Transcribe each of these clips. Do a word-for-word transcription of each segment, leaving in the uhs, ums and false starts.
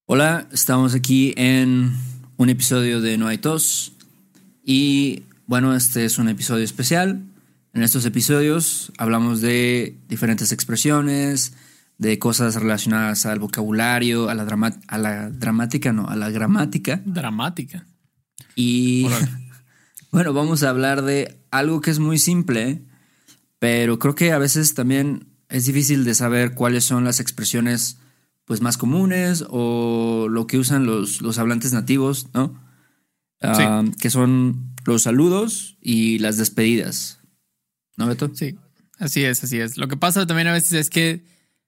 Hola, estamos aquí en un episodio de No hay tos y bueno, este es un episodio especial. En estos episodios hablamos de diferentes expresiones, de cosas relacionadas al vocabulario, a la, drama- a la dramática, no, a la gramática. Dramática. Y Órale. bueno, vamos a hablar de algo que es muy simple, pero creo que a veces también es difícil de saber cuáles son las expresiones pues más comunes o lo que usan los, los hablantes nativos, ¿no? Sí. Ah, que son los saludos y las despedidas, ¿no, Beto? Sí, así es, así es. Lo que pasa también a veces es que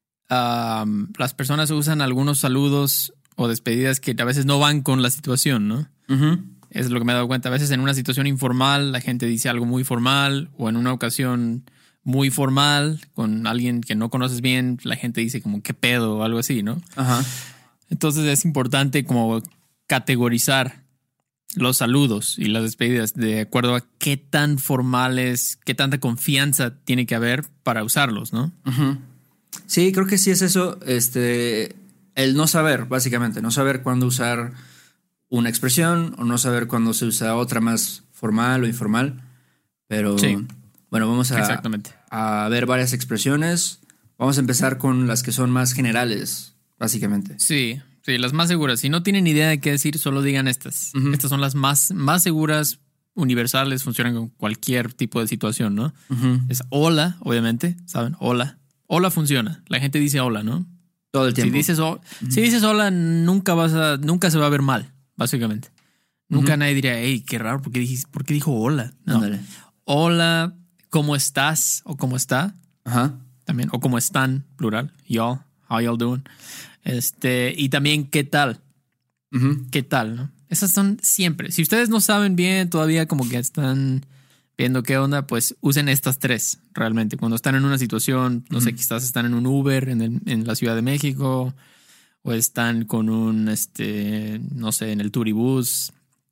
um, las personas usan algunos saludos o despedidas que a veces no van con la situación, ¿no? Uh-huh. Es lo que me he dado cuenta. A veces en una situación informal la gente dice algo muy formal, o en una ocasión muy formal con alguien que no conoces bien, la gente dice como qué pedo o algo así, ¿no? Ajá. Entonces es importante como categorizar los saludos y las despedidas de acuerdo a qué tan formales, qué tanta confianza tiene que haber para usarlos, ¿no? Uh-huh. Sí, creo que sí es eso, este, el no saber, básicamente, no saber cuándo usar una expresión o no saber cuándo se usa otra más formal o informal, pero Sí. bueno, vamos a, Exactamente. a ver varias expresiones. Vamos a empezar con las que son más generales, básicamente. Sí, sí, las más seguras. Si no tienen idea de qué decir, solo digan estas. Ujú. Estas son las más, más seguras, universales, funcionan con cualquier tipo de situación, ¿no? Uh-huh. Es hola, obviamente, ¿saben? Hola. Hola funciona. La gente dice hola, ¿no? Todo el Si tiempo. dices, ho- si dices hola, nunca vas a, nunca se va a ver mal, básicamente. Nunca Ujú. nadie diría, hey, qué raro, ¿por qué, dijiste, ¿por qué dijo hola? No. Ándale. Hola, ¿cómo estás? O ¿cómo está? Ajá. También. O ¿cómo están? Plural. Y'all. How y'all doing? Este, y también, ¿qué tal? Ujú. ¿Qué tal? ¿No? Esas son siempre. Si ustedes no saben bien, todavía como que están viendo qué onda, pues usen estas tres realmente. Cuando están en una situación, no sé, Ujú. quizás están en un Uber en, el- en la Ciudad de México, o están con un, este, no sé, en el turibús,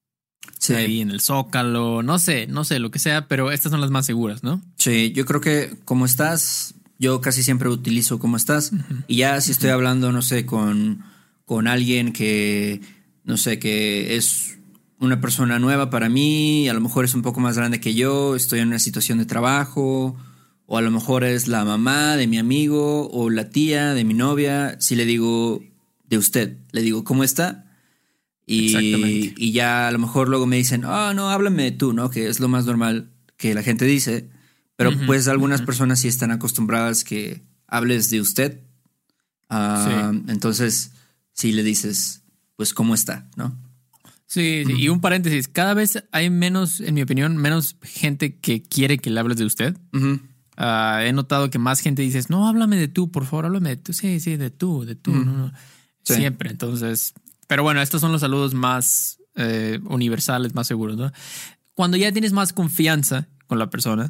Sí. ahí en el Zócalo, no sé, no sé, lo que sea, pero estas son las más seguras, ¿no? Sí, yo creo que ¿cómo estás? Yo casi siempre utilizo ¿cómo estás? Y ya si estoy hablando, no sé, con, con alguien que, no sé, que es una persona nueva para mí, a lo mejor es un poco más grande que yo, estoy en una situación de trabajo, o a lo mejor es la mamá de mi amigo o la tía de mi novia, si le digo de usted, le digo ¿cómo está? Y, Exactamente. y ya a lo mejor luego me dicen, ah, no, háblame de tú, ¿no? Que es lo más normal que la gente dice. Pero Ujú, pues algunas ujú. personas sí están acostumbradas que hables de usted. Ah, Sí. entonces, sí le dices, pues, ¿cómo está? ¿No? Sí, sí, y un paréntesis, cada vez hay menos, en mi opinión, menos gente que quiere que le hables de usted. Ujú. Ah, he notado que más gente dice, no, háblame de tú, por favor, háblame de tú. Sí, sí, de tú, de tú. Ujú. No, no. Sí. Siempre, entonces. Pero bueno, estos son los saludos más eh, universales, más seguros, ¿no? Cuando ya tienes más confianza con la persona,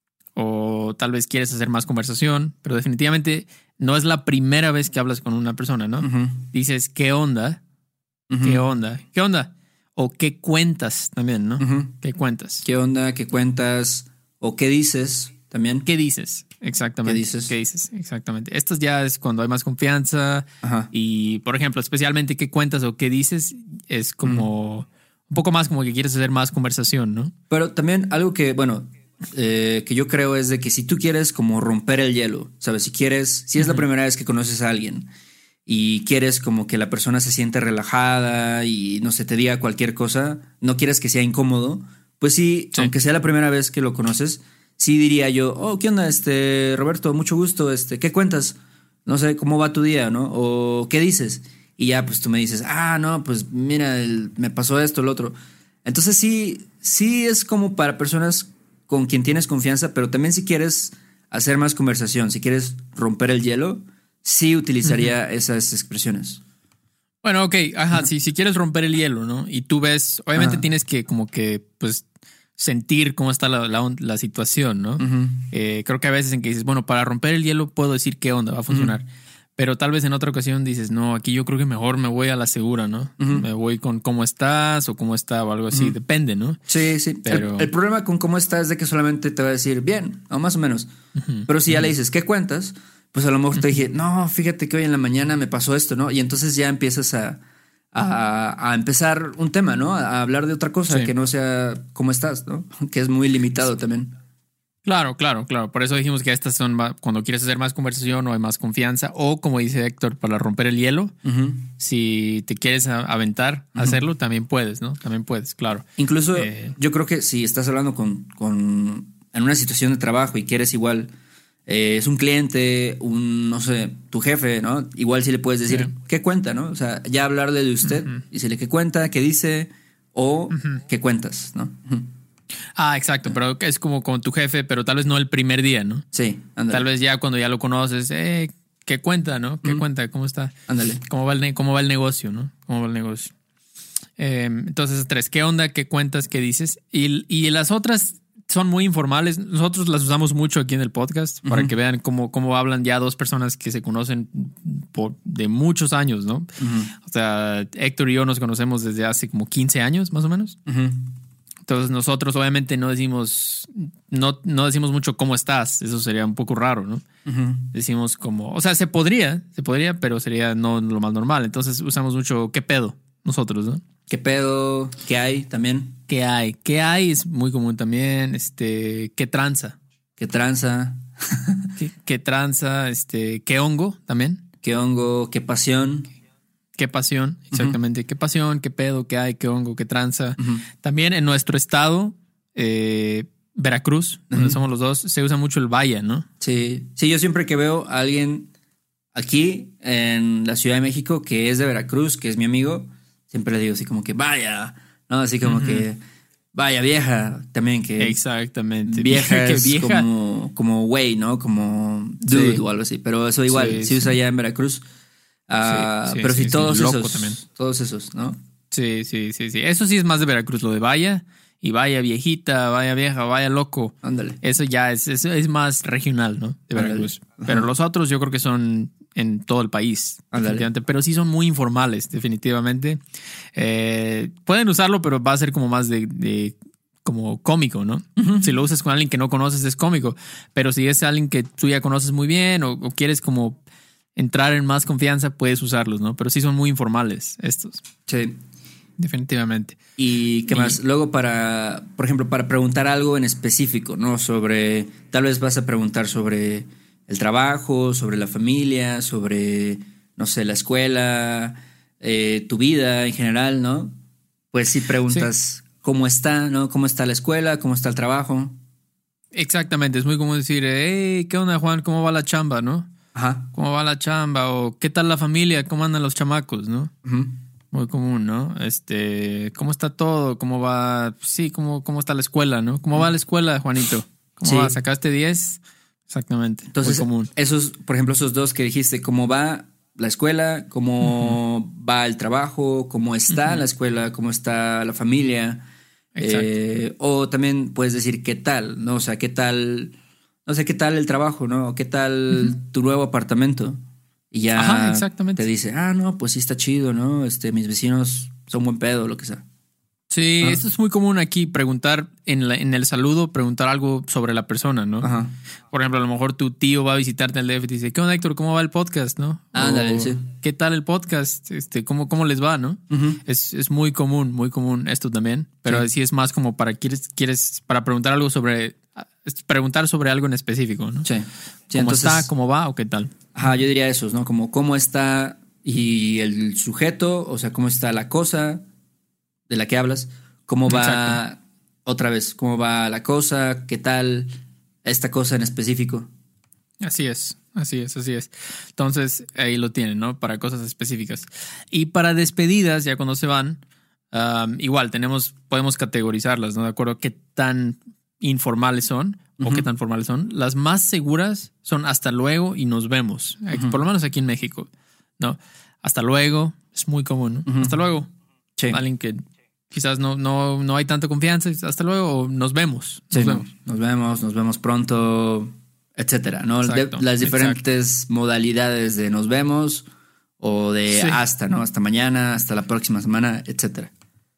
o tal vez quieres hacer más conversación, pero definitivamente no es la primera vez que hablas con una persona, ¿no? Ujú. Dices, ¿qué onda? Ujú. ¿Qué onda? ¿Qué onda? O qué cuentas también, ¿no? Ujú. ¿Qué cuentas? ¿Qué onda? ¿Qué cuentas? ¿O qué dices también? ¿Qué dices? Exactamente. ¿Qué dices? ¿Qué dices? Exactamente. Esto ya es cuando hay más confianza. Ajá. Y, por ejemplo, especialmente qué cuentas o qué dices es como un poco más como que quieres hacer más conversación, ¿no? Pero también algo que, bueno, eh, que yo creo es de que si tú quieres como romper el hielo, ¿sabes? Si quieres, si es la primera vez que conoces a alguien y quieres como que la persona se siente relajada y no sé, te diga cualquier cosa, no quieres que sea incómodo, pues sí, Sí. aunque sea la primera vez que lo conoces, sí diría yo, oh, ¿qué onda? Este, Roberto, mucho gusto, este, ¿qué cuentas? No sé, ¿cómo va tu día, no? O ¿qué dices? Y ya, pues tú me dices, ah, no, pues mira, el- me pasó esto, el otro. Entonces sí, sí es como para personas con quien tienes confianza, pero también si quieres hacer más conversación, si quieres romper el hielo, sí utilizaría esas expresiones. Bueno, ok, ajá, si, si quieres romper el hielo, ¿no? Y tú ves, obviamente Ajá. tienes que como que, pues, sentir cómo está la, la, la situación, ¿no? Ujú. Eh, creo que hay veces en que dices, bueno, para romper el hielo puedo decir qué onda, va a funcionar. Pero tal vez en otra ocasión dices, no, aquí yo creo que mejor me voy a la segura, ¿no? Ujú. Me voy con cómo estás o cómo está o algo así, Ujú. depende, ¿no? Sí, sí. Pero- El, el problema con cómo está es de que solamente te va a decir bien, o más o menos. Ujú, Pero si ya ujú. le dices, ¿qué cuentas? pues a lo mejor te dije, no, fíjate que hoy en la mañana me pasó esto, ¿no? Y entonces ya empiezas a, a, a empezar un tema, ¿no? A hablar de otra cosa Sí. que no sea cómo estás, ¿no? Que es muy limitado también. Claro, claro, claro. Por eso dijimos que estas son ma- cuando quieres hacer más conversación o hay más confianza o, como dice Héctor, para romper el hielo. Uh-huh. Si te quieres a- aventar a Ujú. hacerlo, también puedes, ¿no? También puedes, claro. Incluso Eh. yo creo que si estás hablando con, con en una situación de trabajo y quieres igual, eh, es un cliente, un, no sé, tu jefe, ¿no? Igual si le puedes decir, Sí. ¿qué cuenta, no? O sea, ya hablarle de usted Ujú. y decirle qué cuenta, qué dice o Ujú. qué cuentas, ¿no? Ujú. Ah, exacto, pero es como con tu jefe, pero tal vez no el primer día, ¿no? Sí, ándale. Tal vez ya cuando ya lo conoces, eh, ¿qué cuenta, no? ¿Qué Ujú. cuenta? ¿Cómo está? Ándale. ¿Cómo va el, ne- cómo va el negocio, no? ¿Cómo va el negocio? Eh, entonces, tres, ¿qué onda? ¿Qué cuentas? ¿Qué dices? Y, y las otras son muy informales. Nosotros las usamos mucho aquí en el podcast para Ujú. que vean cómo, cómo hablan ya dos personas que se conocen por, de muchos años, ¿no? Ujú. O sea, Héctor y yo nos conocemos desde hace como quince años, más o menos. Ujú. Entonces nosotros obviamente no decimos, no, no decimos mucho cómo estás. Eso sería un poco raro, ¿no? Ujú. Decimos como, o sea, se podría, se podría, pero sería no lo más normal. Entonces usamos mucho qué pedo nosotros, ¿no? ¿Qué pedo? ¿Qué hay también? ¿Qué hay? ¿Qué hay? Es muy común también. Este, ¿qué tranza? ¿Qué tranza? ¿Qué, qué tranza? Este, ¿qué hongo también? ¿Qué hongo? ¿Qué pasión? ¿Qué pasión? Exactamente. ¿Qué pasión? ¿Qué pedo? ¿Qué hay? ¿Qué hongo? ¿Qué tranza? Ujú. También en nuestro estado, eh, Veracruz, donde Ujú. somos los dos, se usa mucho el vaya, ¿no? Sí, sí, yo siempre que veo a alguien aquí en la Ciudad de México que es de Veracruz, que es mi amigo, siempre le digo así como que vaya, ¿no? Así como Ujú. que vaya vieja, también que Exactamente. vieja Que es vieja. como como güey, ¿no? Como dude Sí. o algo así, pero eso igual Sí, se usa sí. allá en Veracruz. Ah, Sí, sí, pero sí, sí, sí, todos loco esos, también. todos esos, ¿no? Sí, sí, sí, sí. Eso sí es más de Veracruz, lo de vaya y vaya viejita, vaya vieja, vaya loco. Ándale. Eso ya es, eso es más regional, ¿no? De Ándale. Veracruz. Ajá. Pero los otros yo creo que son en todo el país, Ándale. definitivamente. Pero sí son muy informales, definitivamente. Eh, pueden usarlo, pero va a ser como más de, de como cómico, ¿no? Ujú. Si lo usas con alguien que no conoces es cómico. Pero si es alguien que tú ya conoces muy bien o, o quieres como entrar en más confianza, puedes usarlos, ¿no? Pero sí son muy informales estos, Sí. definitivamente. ¿Y qué Y- más? Luego para, por ejemplo, para preguntar algo en específico, ¿no? Sobre, tal vez vas a preguntar sobre el trabajo, sobre la familia, sobre, no sé, la escuela, eh, tu vida en general, ¿no? Pues sí preguntas cómo está, ¿no? ¿Cómo está la escuela? ¿Cómo está el trabajo? Exactamente, es muy común decir, hey, ¿qué onda, Juan? ¿Cómo va la chamba, no? Ajá. ¿Cómo va la chamba? O ¿qué tal la familia? ¿Cómo andan los chamacos, no? Ujú. Muy común, ¿no? Este, ¿cómo está todo? ¿Cómo va? Sí, ¿cómo, cómo está la escuela, no? ¿Cómo va la escuela, Juanito? ¿Cómo Sí. va? ¿Sacaste diez? Exactamente, Entonces, muy común. esos, por ejemplo, esos dos que dijiste, ¿cómo va la escuela? ¿Cómo va el trabajo? ¿Cómo está Ujú. la escuela? ¿Cómo está la familia? Exacto. Eh, o también puedes decir qué tal, ¿no? O sea, qué tal, no sé, qué tal el trabajo, ¿no? O qué tal tu nuevo apartamento. Y ya Ajá, exactamente. te dice, ah, no, pues sí está chido, ¿no? Este, mis vecinos son buen pedo, lo que sea. Sí, Ah. esto es muy común aquí, preguntar en, la- en el saludo, preguntar algo sobre la persona, ¿no? Ajá. Por ejemplo, a lo mejor tu tío va a visitarte al D F y te dice, ¿qué onda, Héctor? ¿Cómo va el podcast, no? Ándale, O, sí. ¿qué tal el podcast? Este, ¿cómo, cómo les va, no? Ujú. Es, es muy común, muy común esto también, pero Sí. sí es más como para quieres, quieres, para preguntar algo sobre, es preguntar sobre algo en específico, ¿no? Sí. Sí, ¿Cómo entonces, está? ¿Cómo va? ¿O qué tal? ajá, yo diría esos, ¿no? Como cómo está y el sujeto, o sea, cómo está la cosa de la que hablas, cómo va Exacto. otra vez, cómo va la cosa, qué tal esta cosa en específico. Así es, así es, así es. Entonces, ahí lo tienen, ¿no? Para cosas específicas. Y para despedidas, ya cuando se van, um, igual tenemos, podemos categorizarlas, ¿no? De acuerdo a qué tan informales son o Ujú. qué tan formales son. Las más seguras son hasta luego y nos vemos. Aquí- Ujú. Por lo menos aquí en México, ¿no? Hasta luego, es muy común, ¿no? Ujú. Hasta luego. Sí. Alguien que quizás no, no, no hay tanta confianza, hasta luego, o nos vemos. Sí, Nos no, vemos. nos vemos, nos vemos pronto, etcétera, ¿no? De- Exacto, las diferentes modalidades de nos vemos o de Sí. hasta, ¿no? Hasta mañana, hasta la próxima semana, etcétera.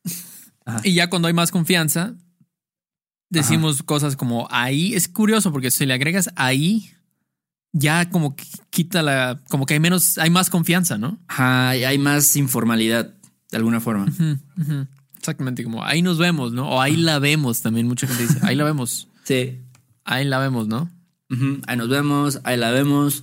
Ajá. Y ya cuando hay más confianza, decimos cosas como ahí. Es curioso porque si le agregas ahí, ya como que quita la, como que hay menos, hay más confianza, ¿no? Ajá, hay más informalidad, de alguna forma. Uh-huh, uh-huh. Exactamente, como ahí nos vemos, ¿no? O ahí la vemos también, mucha gente dice, ahí la vemos. Sí. Ahí la vemos, ¿no? Uh-huh. Ahí nos vemos, ahí la vemos.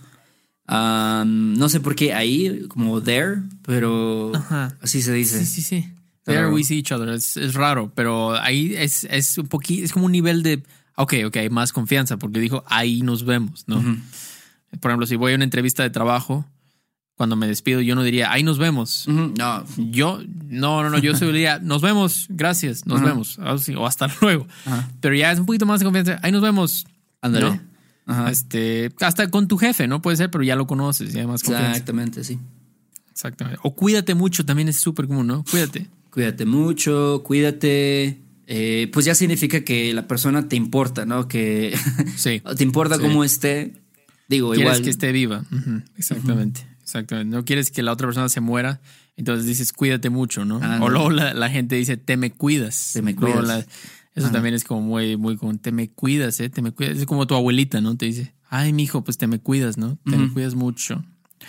Um, no sé por qué ahí, como there, pero Ajá. así se dice. Sí, sí, sí. There uh, we see each other. Es, es raro, pero ahí es, es un poquito, es como un nivel de, ok, ok, hay más confianza, porque dijo, ahí nos vemos, ¿no? Uh-huh. Por ejemplo, si voy a una entrevista de trabajo, cuando me despido, yo no diría, ahí nos vemos. Uh-huh. No. Yo, no, no, no, yo se diría, nos vemos, gracias, nos uh-huh. vemos, o hasta luego. Uh-huh. Pero ya es un poquito más de confianza, ahí nos vemos. Ándale. ¿No? Ajá. Este, hasta con tu jefe, ¿no? Puede ser, pero ya lo conoces, ya hay más confianza. Exactamente, sí. Exactamente. O cuídate mucho, también es súper común, ¿no? Cuídate. Cuídate mucho, cuídate. Eh, pues ya significa que la persona te importa, ¿no? Que sí. te importa sí. cómo esté. Digo, quieres igual. que esté viva. Uh-huh. Exactamente, uh-huh. exactamente. No quieres que la otra persona se muera, entonces dices cuídate mucho, ¿no? Ah, o no. luego la, la gente dice te me cuidas. Te me cuidas. La, Eso Ajá. también es como muy, muy como, te me cuidas, ¿eh? Te me cuidas. Es como tu abuelita, ¿no? Te dice, ay, mijo, pues te me cuidas, ¿no? Te uh-huh. me cuidas mucho.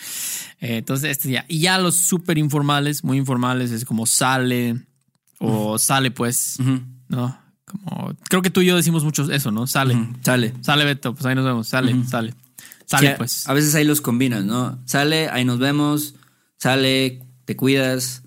Eh, entonces, este ya. Y ya los súper informales, muy informales, es como sale o uh-huh. sale, pues, uh-huh. ¿no? Como, creo que tú y yo decimos mucho eso, ¿no? Sale. Uh-huh. Sale. Sale, Beto, pues ahí nos vemos. Sale, uh-huh. sale. Sale, sí, pues. A veces ahí los combinas, ¿no? Sale, ahí nos vemos. Sale, te cuidas.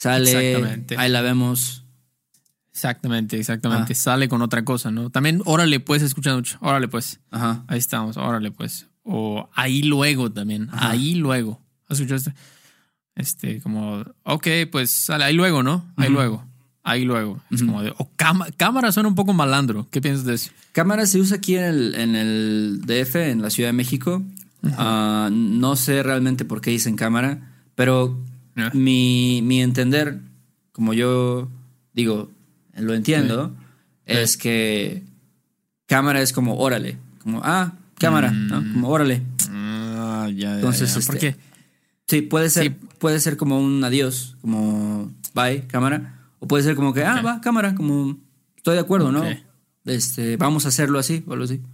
Sale, ahí la vemos. Exactamente, exactamente. Ah. Sale con otra cosa, ¿no? También, órale, pues, escucha mucho. Órale, pues. Ajá. Ahí estamos, órale, pues. O ahí luego también. Ajá. Ahí luego. ¿Escuchaste? Este, como, ok, pues sale, ahí luego, ¿no? Ahí uh-huh. luego. Ahí luego. Uh-huh. Es como de, o cama, cámara suena un poco malandro. ¿Qué piensas de eso? Cámara se usa aquí en el, en el D F, en la Ciudad de México. Uh-huh. Uh, no sé realmente por qué dicen cámara, pero yeah. mi, mi entender, como yo digo, lo entiendo, sí. es sí. que cámara es como órale, como ah, cámara, mm. ¿no? Como órale. Ah, ya, Entonces, ya, ya. ¿Por este, qué? Sí, puede ser, sí. puede ser como un adiós, como bye, cámara, o puede ser como que okay. ah, va, cámara, como estoy de acuerdo, okay. ¿no? Este, vamos a hacerlo así o algo así.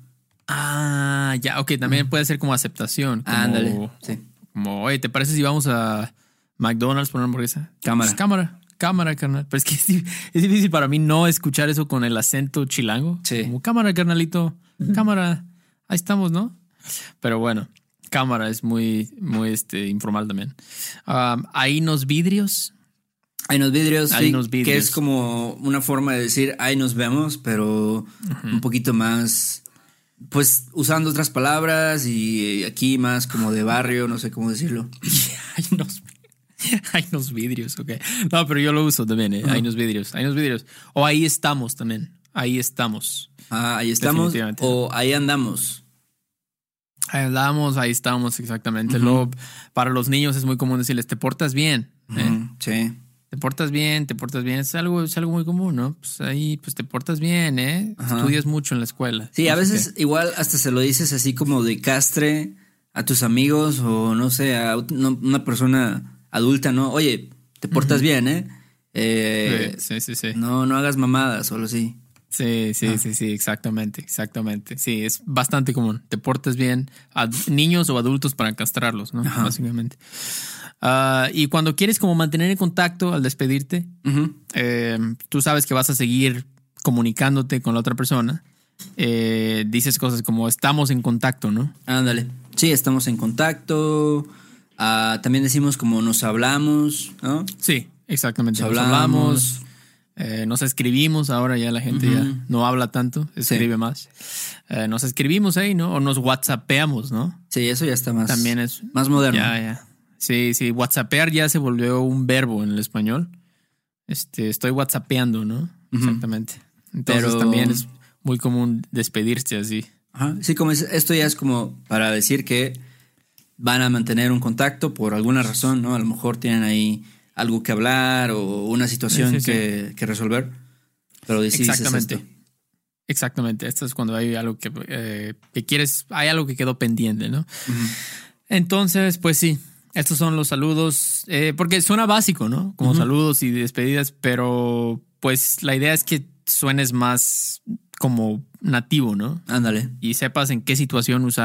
Ah, ya, ok, también uh-huh. puede ser como aceptación. Como, ándale, sí. Como, oye, ¿te parece si vamos a McDonald's por una hamburguesa? Cámara. Pues, cámara. Cámara, carnal. Pero es que es, es difícil para mí no escuchar eso con el acento chilango. Sí. Como cámara, carnalito. Uh-huh. Cámara. Ahí estamos, ¿no? Pero bueno, cámara es muy, muy este, informal también. Um, hay unos vidrios. Hay unos vidrios, hay sí, unos vidrios. Que es como una forma de decir ahí nos vemos, pero uh-huh. un poquito más, pues usando otras palabras y aquí más como de barrio, no sé cómo decirlo. Hay unos Hay unos vidrios, ok. No, pero yo lo uso también, ¿eh? Uh-huh. Hay unos vidrios, hay unos vidrios. O ahí estamos también. Ahí estamos. Ah, ahí estamos. O ahí andamos. Ahí andamos, ahí estamos, exactamente. Uh-huh. Luego, para los niños es muy común decirles, te portas bien. ¿eh? Uh-huh. Sí. Te portas bien, te portas bien. Es algo, es algo muy común, ¿no? Pues ahí, pues te portas bien, ¿eh? Uh-huh. Estudias mucho en la escuela. Sí, no a veces qué. Igual hasta se lo dices así como de castre a tus amigos o no sé, a una persona adulta, ¿no? Oye, te portas uh-huh. bien, ¿eh? eh sí, sí, sí. No, no hagas mamadas, solo así. Sí, sí, ah. sí, sí, exactamente, exactamente. Sí, es bastante común. Te portas bien a niños o adultos para castrarlos, ¿no? Ajá. Básicamente. Uh, y cuando quieres como mantener el contacto al despedirte, uh-huh. eh, tú sabes que vas a seguir comunicándote con la otra persona. Eh, dices cosas como estamos en contacto, ¿no? Ándale. Sí, estamos en contacto. Uh, también decimos como nos hablamos, ¿no? Sí, exactamente. Nos, nos hablamos. hablamos eh, nos escribimos. Ahora ya la gente uh-huh. ya no habla tanto, escribe sí. más. Eh, nos escribimos ahí, ¿no? O nos whatsappeamos, ¿no? Sí, eso ya está más, también es más moderno. Ya, ya. Sí, sí. Whatsappear ya se volvió un verbo en el español. Este, estoy whatsappeando, ¿no? Uh-huh. Exactamente. Entonces Pero... también es muy común despedirse así. Ajá. Sí, como es, esto ya es como para decir que van a mantener un contacto por alguna razón, ¿no? A lo mejor tienen ahí algo que hablar o una situación sí, sí, que, sí. que resolver. Pero sí, exactamente. Esto. Exactamente. Esto es cuando hay algo que, eh, que quieres, hay algo que quedó pendiente, ¿no? Uh-huh. Entonces, pues sí, estos son los saludos, eh, porque suena básico, ¿no? Como uh-huh. saludos y despedidas, pero pues la idea es que suenes más como nativo, ¿no? Ándale. Y sepas en qué situación usar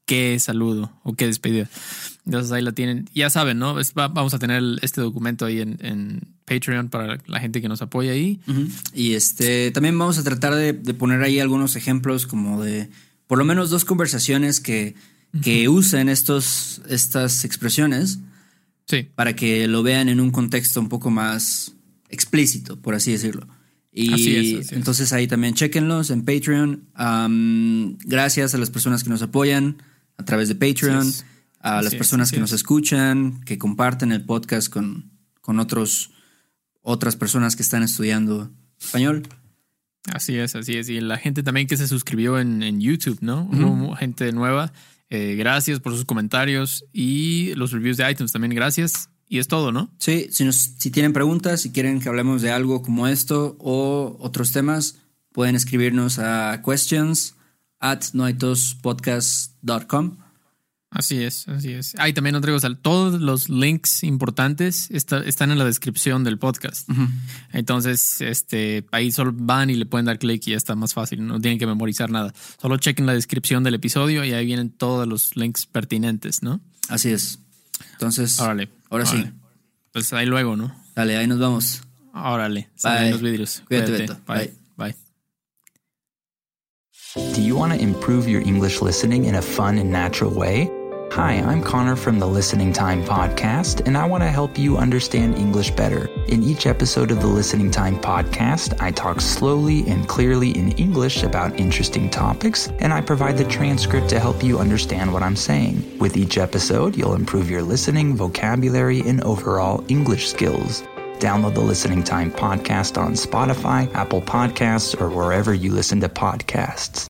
qué saludo o qué despedida. Entonces ahí la tienen. Ya saben, ¿no? Es, va, vamos a tener este documento ahí en, en Patreon para la gente que nos apoya ahí. Uh-huh. Y este también vamos a tratar de, de poner ahí algunos ejemplos como de por lo menos dos conversaciones que, uh-huh. que usen estos, estas expresiones. Sí. Para que lo vean en un contexto un poco más explícito, por así decirlo. Y así es, así entonces es. Ahí también chequenlos en Patreon. Um, gracias a las personas que nos apoyan a través de Patreon. Es. A Así las es, personas que es. nos escuchan, que comparten el podcast con, con otros, otras personas que están estudiando español. Así es, así es. Y la gente también que se suscribió en, en YouTube, ¿no? Uh-huh. Hubo gente nueva. Eh, gracias por sus comentarios y los reviews de iTunes también. Gracias. Y es todo, ¿no? Sí, si, nos, si tienen preguntas, si quieren que hablemos de algo como esto o otros temas, pueden escribirnos a questions at noitospodcast dot com. Así es, así es. Hay ah, también otra cosa, todos los links importantes está, están en la descripción del podcast. Uh-huh. Entonces, este, ahí solo van y le pueden dar clic y ya está más fácil. No tienen que memorizar nada. Solo chequen la descripción del episodio y ahí vienen todos los links pertinentes, ¿no? Así es. Entonces, órale, ahora órale. sí. Pues ahí luego, ¿no? Dale, ahí nos vamos. Órale. Salen los vidrios. Cuídate, Beto. Bye. Bye. Bye. Do you want to improve your English listening in a fun and natural way? Hi, I'm Connor from the Listening Time Podcast, and I want to help you understand English better. In each episode of the Listening Time Podcast, I talk slowly and clearly in English about interesting topics, and I provide the transcript to help you understand what I'm saying. With each episode, you'll improve your listening, vocabulary, and overall English skills. Download the Listening Time Podcast on Spotify, Apple Podcasts, or wherever you listen to podcasts.